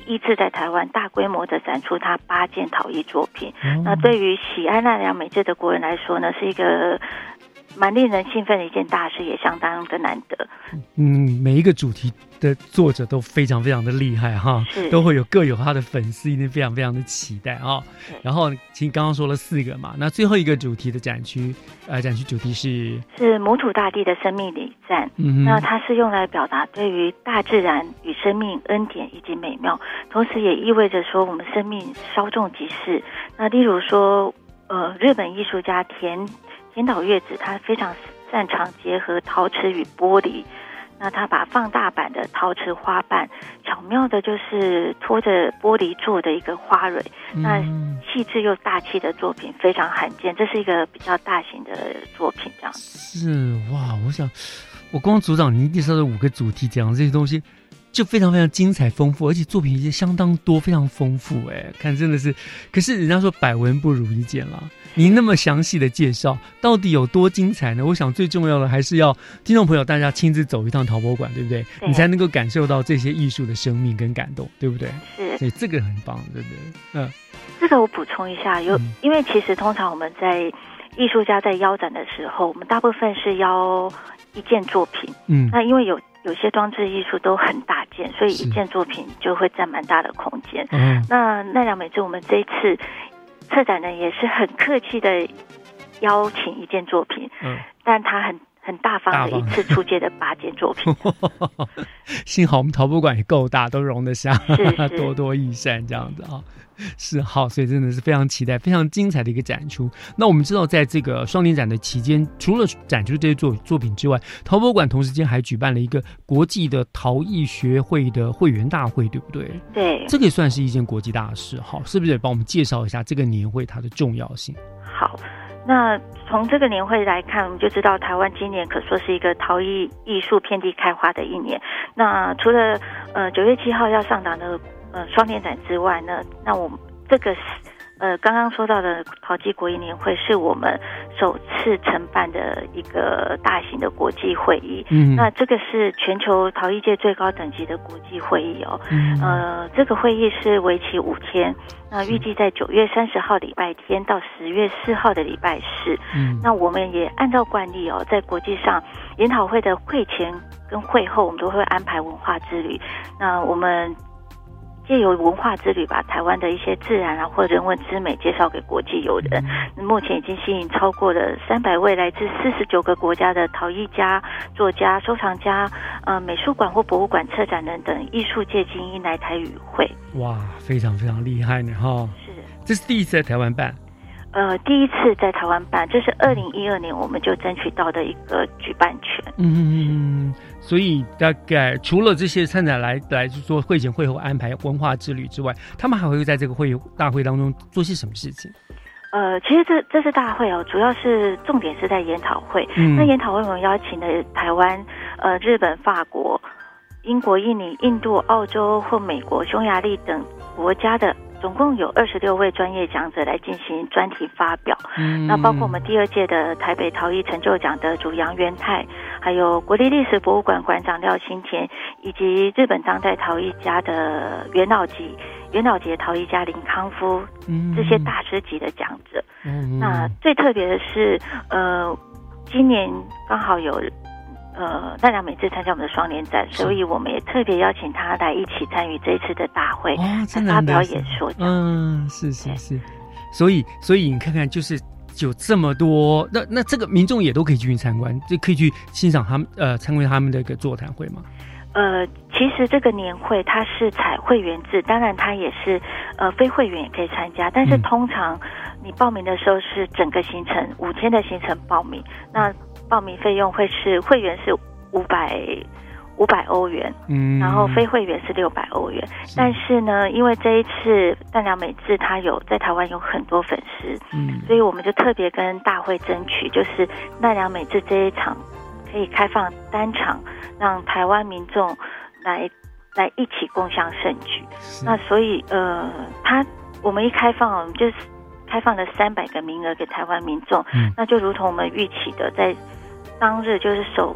一次在台湾大规模的展出他八件陶艺作品。嗯、那对于喜爱奈良美智的国人来说呢，是一个蛮令人兴奋的一件大事，也相当的难得。 嗯，每一个主题的作者都非常非常的厉害哈，都会有各有他的粉丝，一定非常非常的期待啊。然后，其实刚刚说了四个嘛，那最后一个主题的展区，呃，展区主题是是母土大地的生命礼赞。嗯，那它是用来表达对于大自然与生命恩典以及美妙，同时也意味着说我们生命稍纵即逝。那例如说，呃，日本艺术家田。田岛月子他非常擅长结合陶瓷与玻璃，那他把放大版的陶瓷花瓣巧妙的就是拖着玻璃做的一个花蕊，嗯、那细致又大气的作品非常罕见，这是一个比较大型的作品这样子。 是哇，我想我光组长您介绍的五个主题讲这些东西就非常非常精彩丰富，而且作品也相当多，非常丰富哎，看真的是。可是人家说百闻不如一见啦，您那么详细的介绍，到底有多精彩呢？我想最重要的还是要听众朋友大家亲自走一趟陶博馆，对不对？对，你才能够感受到这些艺术的生命跟感动，对不对？ 是， 所以这个很棒，对不对？嗯， 这个我补充一下，有、嗯、因为其实通常我们在艺术家在邀展的时候，我们大部分是邀一件作品，嗯，那因为有。有些装置艺术都很大件，所以一件作品就会占蛮大的空间。嗯，那奈良美智我们这一次策展人也是很客气的邀请一件作品，嗯，但他很很大方的一次出借的八件作品。 幸好我们陶博馆也够大，都容得下，是是多多益善这样子啊。是好，所以真的是非常期待，非常精彩的一个展出。那我们知道，在这个双年展的期间，除了展出这些作作品之外，陶博馆同时间还举办了一个国际的陶艺学会的会员大会，对不对？ 对， 这个也算是一件国际大事。好，是不是也帮我们介绍一下这个年会它的重要性？ 好，那从这个年会来看，我们就知道台湾今年可说是一个陶艺艺术遍地开花的一年。那除了呃九月七号要上档的呃双年展之外呢，那我们这个呃刚刚说到的陶技国艺年会是我们首次承办的一个大型的国际会议。嗯，那这个是全球陶艺界最高等级的国际会议哦。嗯，呃，这个会议是为期五天。那预计在九月三十号礼拜天到十月四号的礼拜四。嗯，那我们也按照惯例哦，在国际上研讨会的会前跟会后，我们都会安排文化之旅。那我们借由文化之旅，把台湾的一些自然啊或人文之美介绍给国际友人。嗯、目前已经吸引超过了三百位来自四十九个国家的陶艺家、作家、收藏家、呃美术馆或博物馆策展人等艺术界精英来台与会。 哇，非常非常厉害呢哈！是，这是第一次在台湾办。 呃，第一次在台湾办，这是二零一二年我们就争取到的一个举办权。 嗯嗯嗯。所以大概除了这些参展来来做会前会后安排文化之旅之外，他们还会在这个会大会当中做些什么事情？ 呃，其实这这次大会哦，主要是重点是在研讨会。嗯，那研讨会我们邀请了台湾、呃日本、法国、英国、印尼、印度、澳洲或美国、匈牙利等国家的。总共有二十六位专业讲者来进行专题发表。嗯，那包括我们第二届的台北陶艺成就奖得主杨元泰，还有国立历史博物馆馆长廖新田，以及日本当代陶艺家的元老级元老级的陶艺家林康夫，嗯，这些大师级的讲者。嗯，那最特别的是，呃，今年刚好有。呃，奈良美智参加我们的双年展，所以我们也特别邀请他来一起参与这一次的大会， 哦， 来发表演说。 嗯，是是是，所以所以你看看，就是有这么多，那那这个民众也都可以去参观，就可以去欣赏他们呃参观他们的一个座谈会吗？ 呃，其实这个年会它是采会员制，当然它也是呃非会员也可以参加，但是通常你报名的时候是整个行程五天的行程报名，那报名费用会是会员是五百五百欧元，嗯，然后非会员是六百欧元。但是呢，因为这一次奈良美智他有在台湾有很多粉丝，嗯，所以我们就特别跟大会争取，就是奈良美智这一场可以开放单场，让台湾民众来来一起共襄盛举。那所以呃，他我们一开放，我们就是开放了三百个名额给台湾民众，嗯，那就如同我们预期的，在当日就是首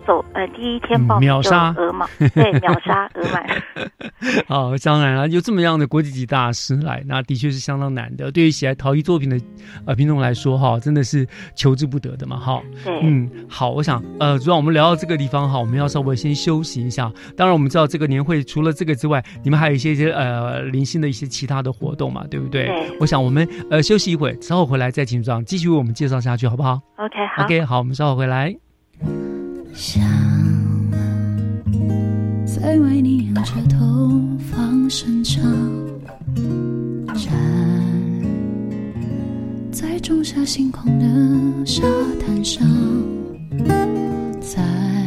走呃第一天报名就秒杀额满，对，秒杀额满。 好，当然了，有这么样的国际级大师来，那的确是相当难的。对于喜爱陶艺作品的呃听众来说，哈，真的是求之不得的嘛，哈。 对， 嗯，好，我想呃，主要我们聊到这个地方哈，我们要稍微先休息一下。当然，我们知道这个年会除了这个之外，你们还有一些些呃零星的一些其他的活动嘛，对不对？ 对。 我想我们呃休息一会，稍后回来再请组长继续为我们介绍下去，好不好 ？OK， 好。 OK， 好，我们稍后回来。 想再为你仰着头放声唱，站在仲夏星空的沙滩上，在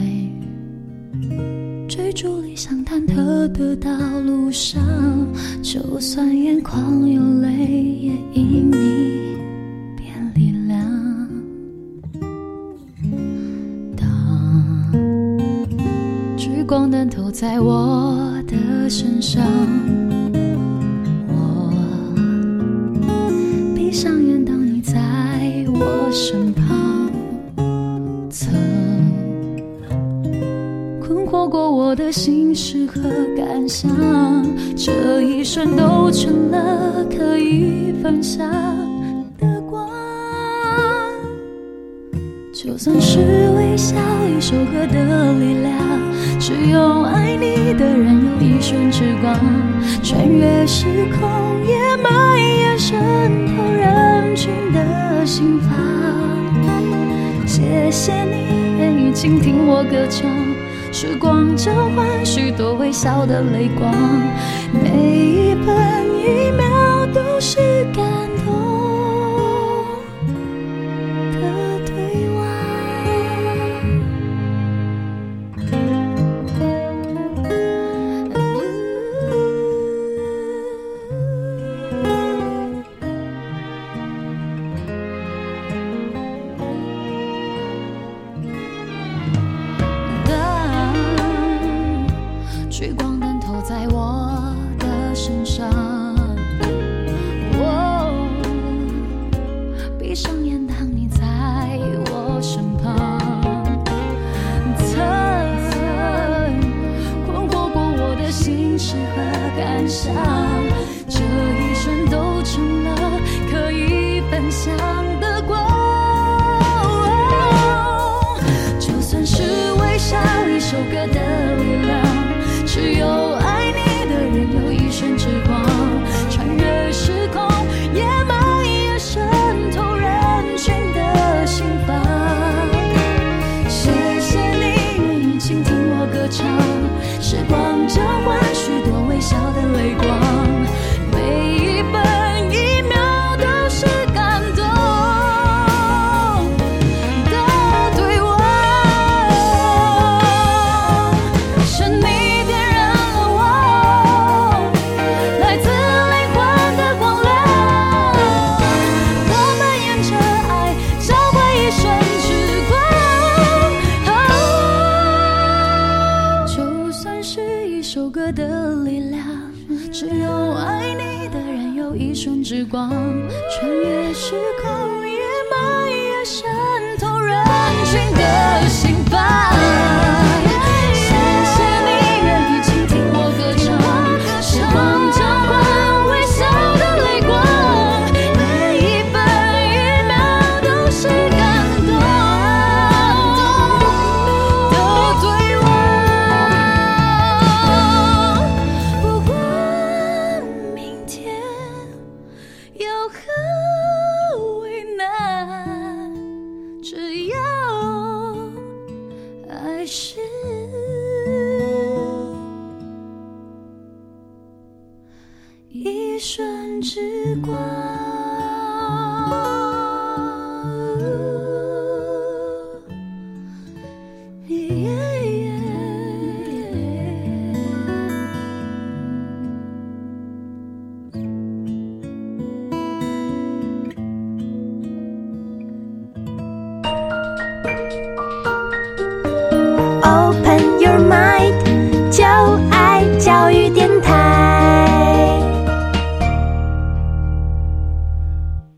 追逐理想忐忑的道路上，就算眼眶有泪，也因你变力量。聚光灯投在我的身上，我闭上眼，当你在我身旁，曾困惑过我的心事和感想，这一瞬都成了可以分享的光。就算是微笑一首歌的力量，只有爱你的人有一瞬之光，穿越时空也蔓延渗透人群的心房。谢谢你愿意倾听我歌唱，时光交换许多微笑的泪光，每一分一秒都是感动的对望。聚光灯投在我的身上，我闭上眼，当你在我身旁，曾困惑过我的心事和感想，这一瞬都成了可以分享的光。就算是微笑一首歌的力量，只有爱你的人有一瞬之光，穿越时空也蔓延渗透人群的心房。谢谢你愿意倾听我歌唱，时光交换许多微笑的泪光，每一分一秒都是感动的对望。是你之光穿越时空也蔓延渗透人群的心房。谢谢你愿意倾听我歌唱，时光交换微笑的泪光，每一分一秒都是感动的对望。不管明天有何为难，只要爱是一瞬之光。 Open your mind， 就爱教育电台。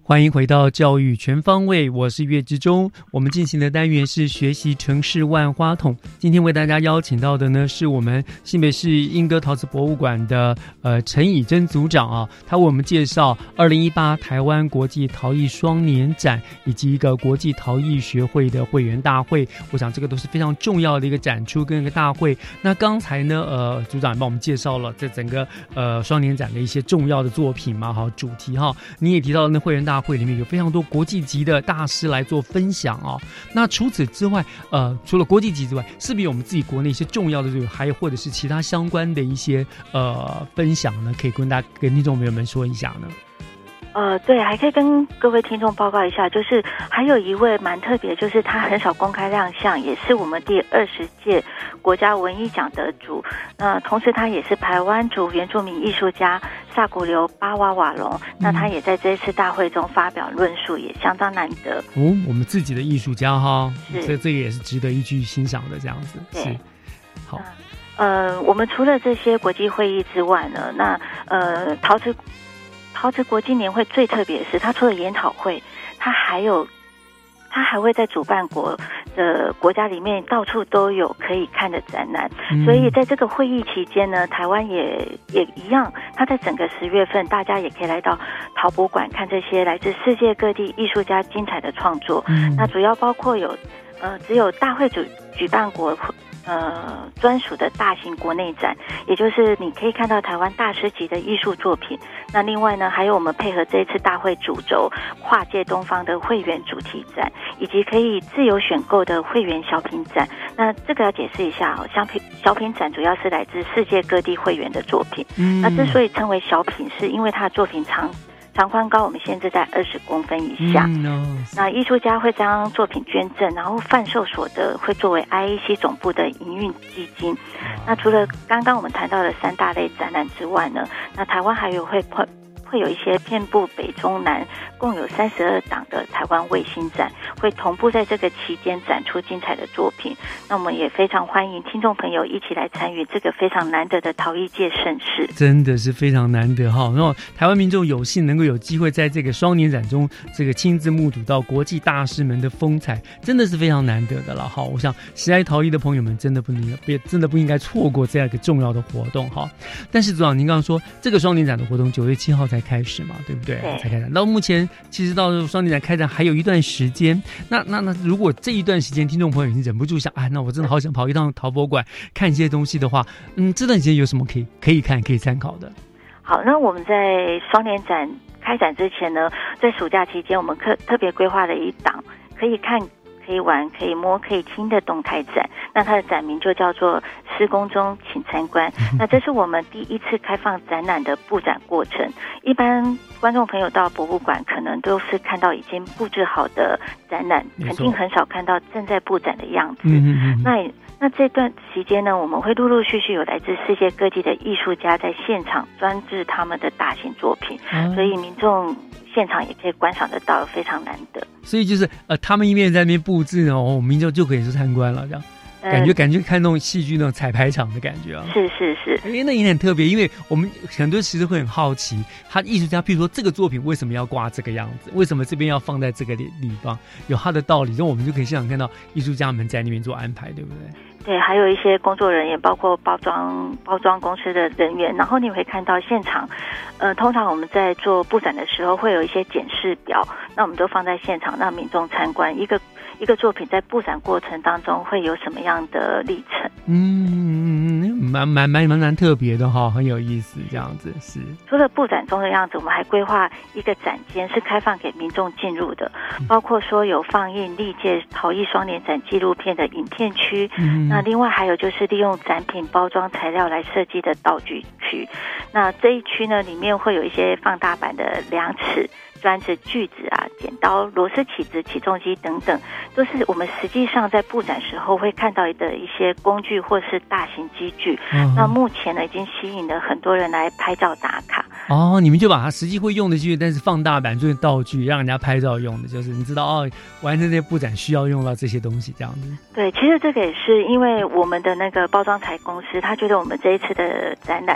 欢迎回到教育全方位，我是岳志忠。我们进行的单元是学习城市万花筒。今天为大家邀请到的呢，是我们新北市莺歌陶瓷博物馆的呃陈以真组长啊，他为我们介绍二零一八台湾国际陶艺双年展以及一个国际陶艺学会的会员大会。我想这个都是非常重要的一个展出跟一个大会。那刚才呢，呃，组长也帮我们介绍了这整个呃双年展的一些重要的作品嘛，好主题哈。你也提到了那会员大会里面有非常多国际级的大师来做分享哦。那除此之外，呃，除了国际级之外，是不是有我们自己国内一些重要的这个，还有或者是其他相关的一些呃分享呢？可以跟大家跟听众朋友们说一下呢？ 呃，对，还可以跟各位听众报告一下，就是还有一位蛮特别，就是他很少公开亮相，也是我们第二十届国家文艺奖得主。那、呃、同时他也是排湾族原住民艺术家萨古流巴瓦瓦隆，那他也在这一次大会中发表论述，也相当难得。 哦，我们自己的艺术家哈， 是， 所以这个也是值得一去欣赏的，这样子。 对， 是好。 呃，我们除了这些国际会议之外呢，那呃陶瓷。陶瓷国际年会最特别的是，它除了研讨会，它还有，它还会在主办国的国家里面到处都有可以看的展览。嗯、所以在这个会议期间呢，台湾也也一样，它在整个十月份，大家也可以来到陶博馆看这些来自世界各地艺术家精彩的创作。嗯、那主要包括有，呃，只有大会主举办国。呃，专属的大型国内展，也就是你可以看到台湾大师级的艺术作品。那另外呢，还有我们配合这一次大会主轴跨界东方的会员主题展，以及可以自由选购的会员小品展。那这个要解释一下哦，小品小品展主要是来自世界各地会员的作品。嗯，那之所以称为小品，是因为它的作品长。长宽高我们限制在二十公分以下。嗯哦、那艺术家会将作品捐赠，然后贩售所得会作为 I A C 总部的营运基金。哦、那除了刚刚我们谈到的三大类展览之外呢，那台湾还有会会有一些遍布北中南，共有三十二档的台湾卫星展，会同步在这个期间展出精彩的作品。那我们也非常欢迎听众朋友一起来参与这个非常难得的陶艺界盛事， 真的是非常难得哈。然后台湾民众有幸能够有机会在这个双年展中，这个亲自目睹到国际大师们的风采，真的是非常难得的了哈。我想喜爱陶艺的朋友们真的不能别真的不应该错过这样一个重要的活动哈。但是组长您刚刚说这个双年展的活动九月七号才开始嘛，对不对？ 对， 才开展。到目前其实到双年展开展还有一段时间，那那那如果这一段时间听众朋友已经忍不住想，哎，那我真的好想跑一趟陶博馆看一些东西的话，嗯，这段时间有什么可以可以看可以参考的？ 好，那我们在双年展开展之前呢，在暑假期间，我们特特别规划了一档可以看、可以玩、可以摸、可以听的动态展。那它的展名就叫做“施工中，请参观”。那这是我们第一次开放展览的布展过程。一般观众朋友到博物馆，可能都是看到已经布置好的展览，肯定很少看到正在布展的样子。嗯嗯嗯那那这段期间呢，我们会陆陆续续有来自世界各地的艺术家在现场专制他们的大型作品，嗯、所以民众现场也可以观赏得到，非常难得。 所以就是呃，他们一面在那边布置呢，我们民众就可以去参观了，这样。感觉感觉看那种戏剧那种彩排场的感觉啊， 是是是， 哎，那也很特别，因为我们很多其实会很好奇，他艺术家，譬如说这个作品为什么要挂这个样子，为什么这边要放在这个地方，有他的道理，然后我们就可以现场看到艺术家们在那边做安排，对不对？ 对，还有一些工作人员，包括包装包装公司的人员，然后你会看到现场，呃，通常我们在做布展的时候会有一些检视表，那我们都放在现场让民众参观一个。一个作品在布展过程当中会有什么样的历程？ 嗯，蛮蛮蛮蛮蛮特别的哈，很有意思，这样子是。 除了布展中的样子，我们还规划一个展间是开放给民众进入的，包括说有放映历届陶艺双年展纪录片的影片区，嗯、那另外还有就是利用展品包装材料来设计的道具区。那这一区呢，里面会有一些放大版的量尺。砖子、锯子啊、剪刀、螺丝起子、起重机等等，都是我们实际上在布展时候会看到的一些工具或是大型机具。嗯、那目前呢，已经吸引了很多人来拍照打卡。 哦，你们就把它实际会用的机具，但是放大版做道具，让人家拍照用的，就是你知道哦，完成这些布展需要用到这些东西，这样子。 对，其实这个也是因为我们的那个包装材公司，他觉得我们这一次的展览。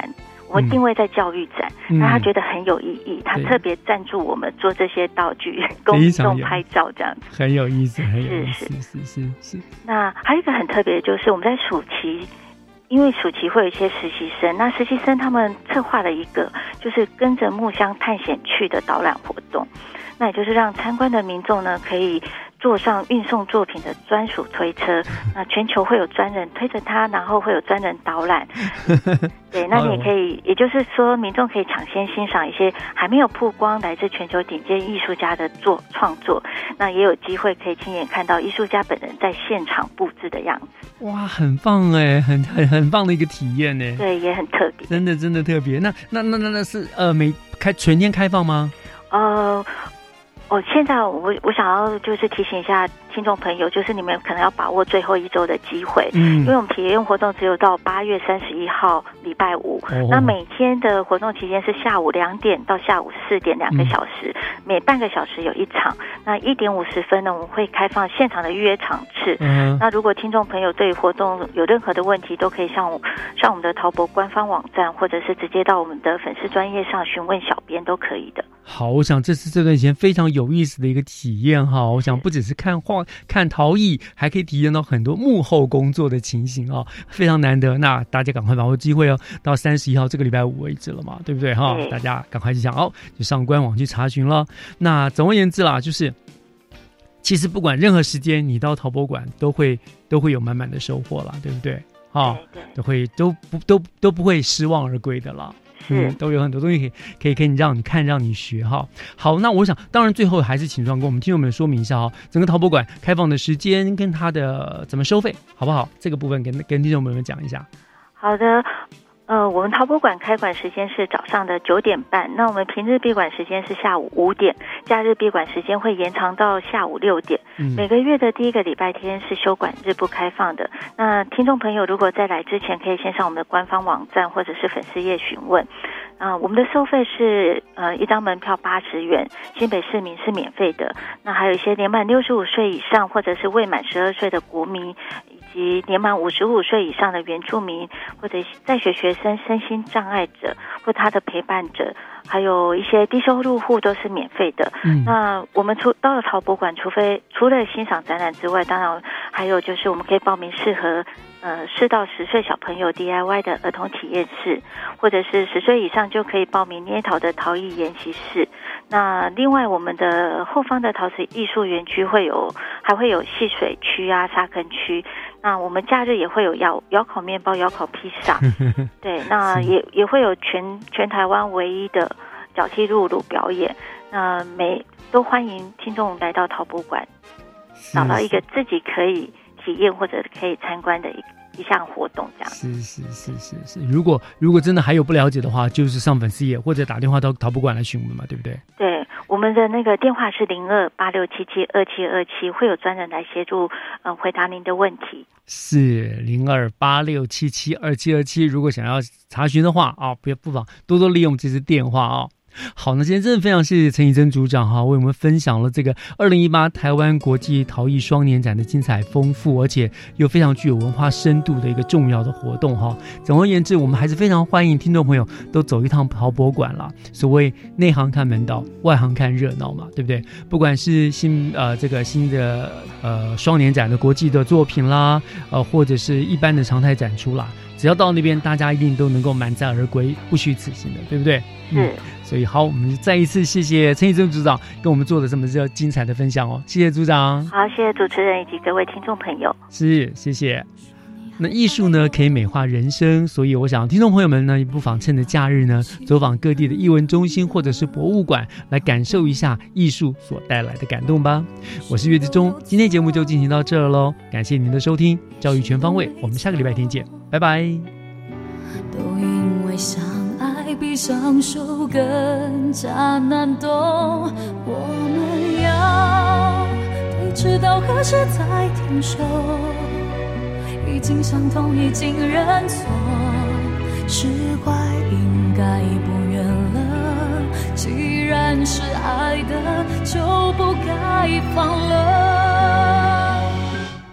我们定位在教育展， 嗯、 那他觉得很有意义，他特别赞助我们做这些道具，供民众拍照这样子， 很有意思，很有意思， 是是是是。 那还有一个很特别的就是我们在暑期。因为暑期会有一些实习生，那实习生他们策划了一个就是跟着木箱探险去的导览活动，那也就是让参观的民众呢可以坐上运送作品的专属推车，那全球会有专人推着它，然后会有专人导览。对，那你也可以，也就是说，民众可以抢先欣赏一些还没有曝光来自全球顶尖艺术家的作创作，那也有机会可以亲眼看到艺术家本人在现场布置的样子。 哇，很棒哎，很很很棒的一个体验呢。 对，也很特别， 真的真的特别。那那那那那是呃，每开全天开放吗？ 呃。哦，现在我我想要就是提醒一下听众朋友，就是你们可能要把握最后一周的机会，嗯，因为我们体验活动只有到八月三十一号礼拜五，哦，那每天的活动期间是下午两点到下午四点两个小时，嗯，每半个小时有一场。那一点五十分呢，我们会开放现场的预约场次。嗯，那如果听众朋友对活动有任何的问题，都可以上上我们的陶博官方网站，或者是直接到我们的粉丝专页上询问小编都可以的。 好，我想这是这段时间非常有意思的一个体验哈。我想不只是看画、看陶艺，还可以体验到很多幕后工作的情形哦，非常难得。那大家赶快把握机会哦，到三十一号这个礼拜五为止了嘛，对不对哈？大家赶快去想哦，就上官网去查询了。那总而言之啦，就是其实不管任何时间，你到陶博馆都会都会有满满的收获啦，对不对？哈，都会都不都都不会失望而归的啦。嗯，都有很多东西可以可以可以让你看，让你学哈。好，那我想，当然最后还是请庄跟我们听众们说明一下哈，整个陶博馆开放的时间跟它的怎么收费，好不好？这个部分跟跟听众朋友们讲一下。 好的。呃，我们陶博馆开馆时间是早上的九点半，那我们平日闭馆时间是下午五点，假日闭馆时间会延长到下午六点。嗯，每个月的第一个礼拜天是休馆日不开放的。那听众朋友如果在来之前，可以先上我们的官方网站或者是粉丝页询问。啊、呃，我们的收费是呃一张门票八十元，新北市民是免费的。那还有一些年满六十五岁以上或者是未满十二岁的国民，以及年满五十五岁以上的原住民，或者在学学生、身心障碍者或他的陪伴者，还有一些低收入户都是免费的。嗯，那我们除到了陶博馆，除非除了欣赏展览之外，当然还有就是我们可以报名适合呃四到十岁小朋友 D I Y 的儿童体验室，或者是十岁以上就可以报名捏陶的陶艺研习室。那另外我们的后方的陶瓷艺术园区会有还会有戏水区啊、沙坑区。那我们假日也会有窑窑烤面包、窑烤披萨，对，那也也会有全全台湾唯一的脚踢入炉表演。那每都欢迎听众来到陶博馆，找到一个自己可以体验或者可以参观的一一项活动，这样。 是是是是是，如果如果真的还有不了解的话，就是上粉丝页或者打电话到陶博馆来询问嘛，对不对？ 对，我们的那个电话是零二八六七七二七二七，会有专人来协助，嗯、呃，回答您的问题。 是零二八六七七二七二七，如果想要查询的话啊，不不妨多多利用这支电话啊。好，那今天真的非常谢谢陈以真组长哈，为我们分享了这个二零一八台湾国际陶艺双年展的精彩丰富，而且又非常具有文化深度的一个重要的活动哈。总而言之，我们还是非常欢迎听众朋友都走一趟陶博馆啦。所谓内行看门道，外行看热闹嘛，对不对？不管是新呃这个新的呃双年展的国际的作品啦，呃或者是一般的常态展出啦。只要到那边，大家一定都能够满载而归，不虚此行的，对不对？ 嗯， 所以好，我们再一次谢谢陈以真组长跟我们做的这么这精彩的分享哦，谢谢组长。 好，谢谢主持人以及各位听众朋友。 是，谢谢。那艺术呢，可以美化人生，所以我想听众朋友们呢，也不妨趁着假日呢，走访各地的艺文中心或者是博物馆，来感受一下艺术所带来的感动吧。我是岳志忠，今天节目就进行到这儿喽，感谢您的收听，教育全方位，我们下个礼拜天见，拜拜。 都因为相爱比相守更加难懂，我们要对峙到何时才停手？已经伤痛，已经认错，释怀应该不远了。既然是爱的，就不该放了。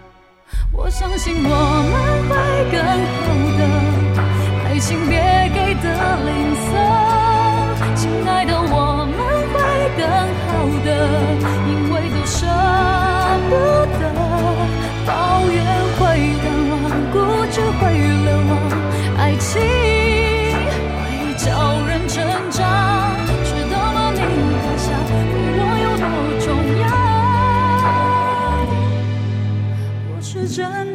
我相信我们会更好的，爱情别给的吝啬。亲爱的，我们会更好的。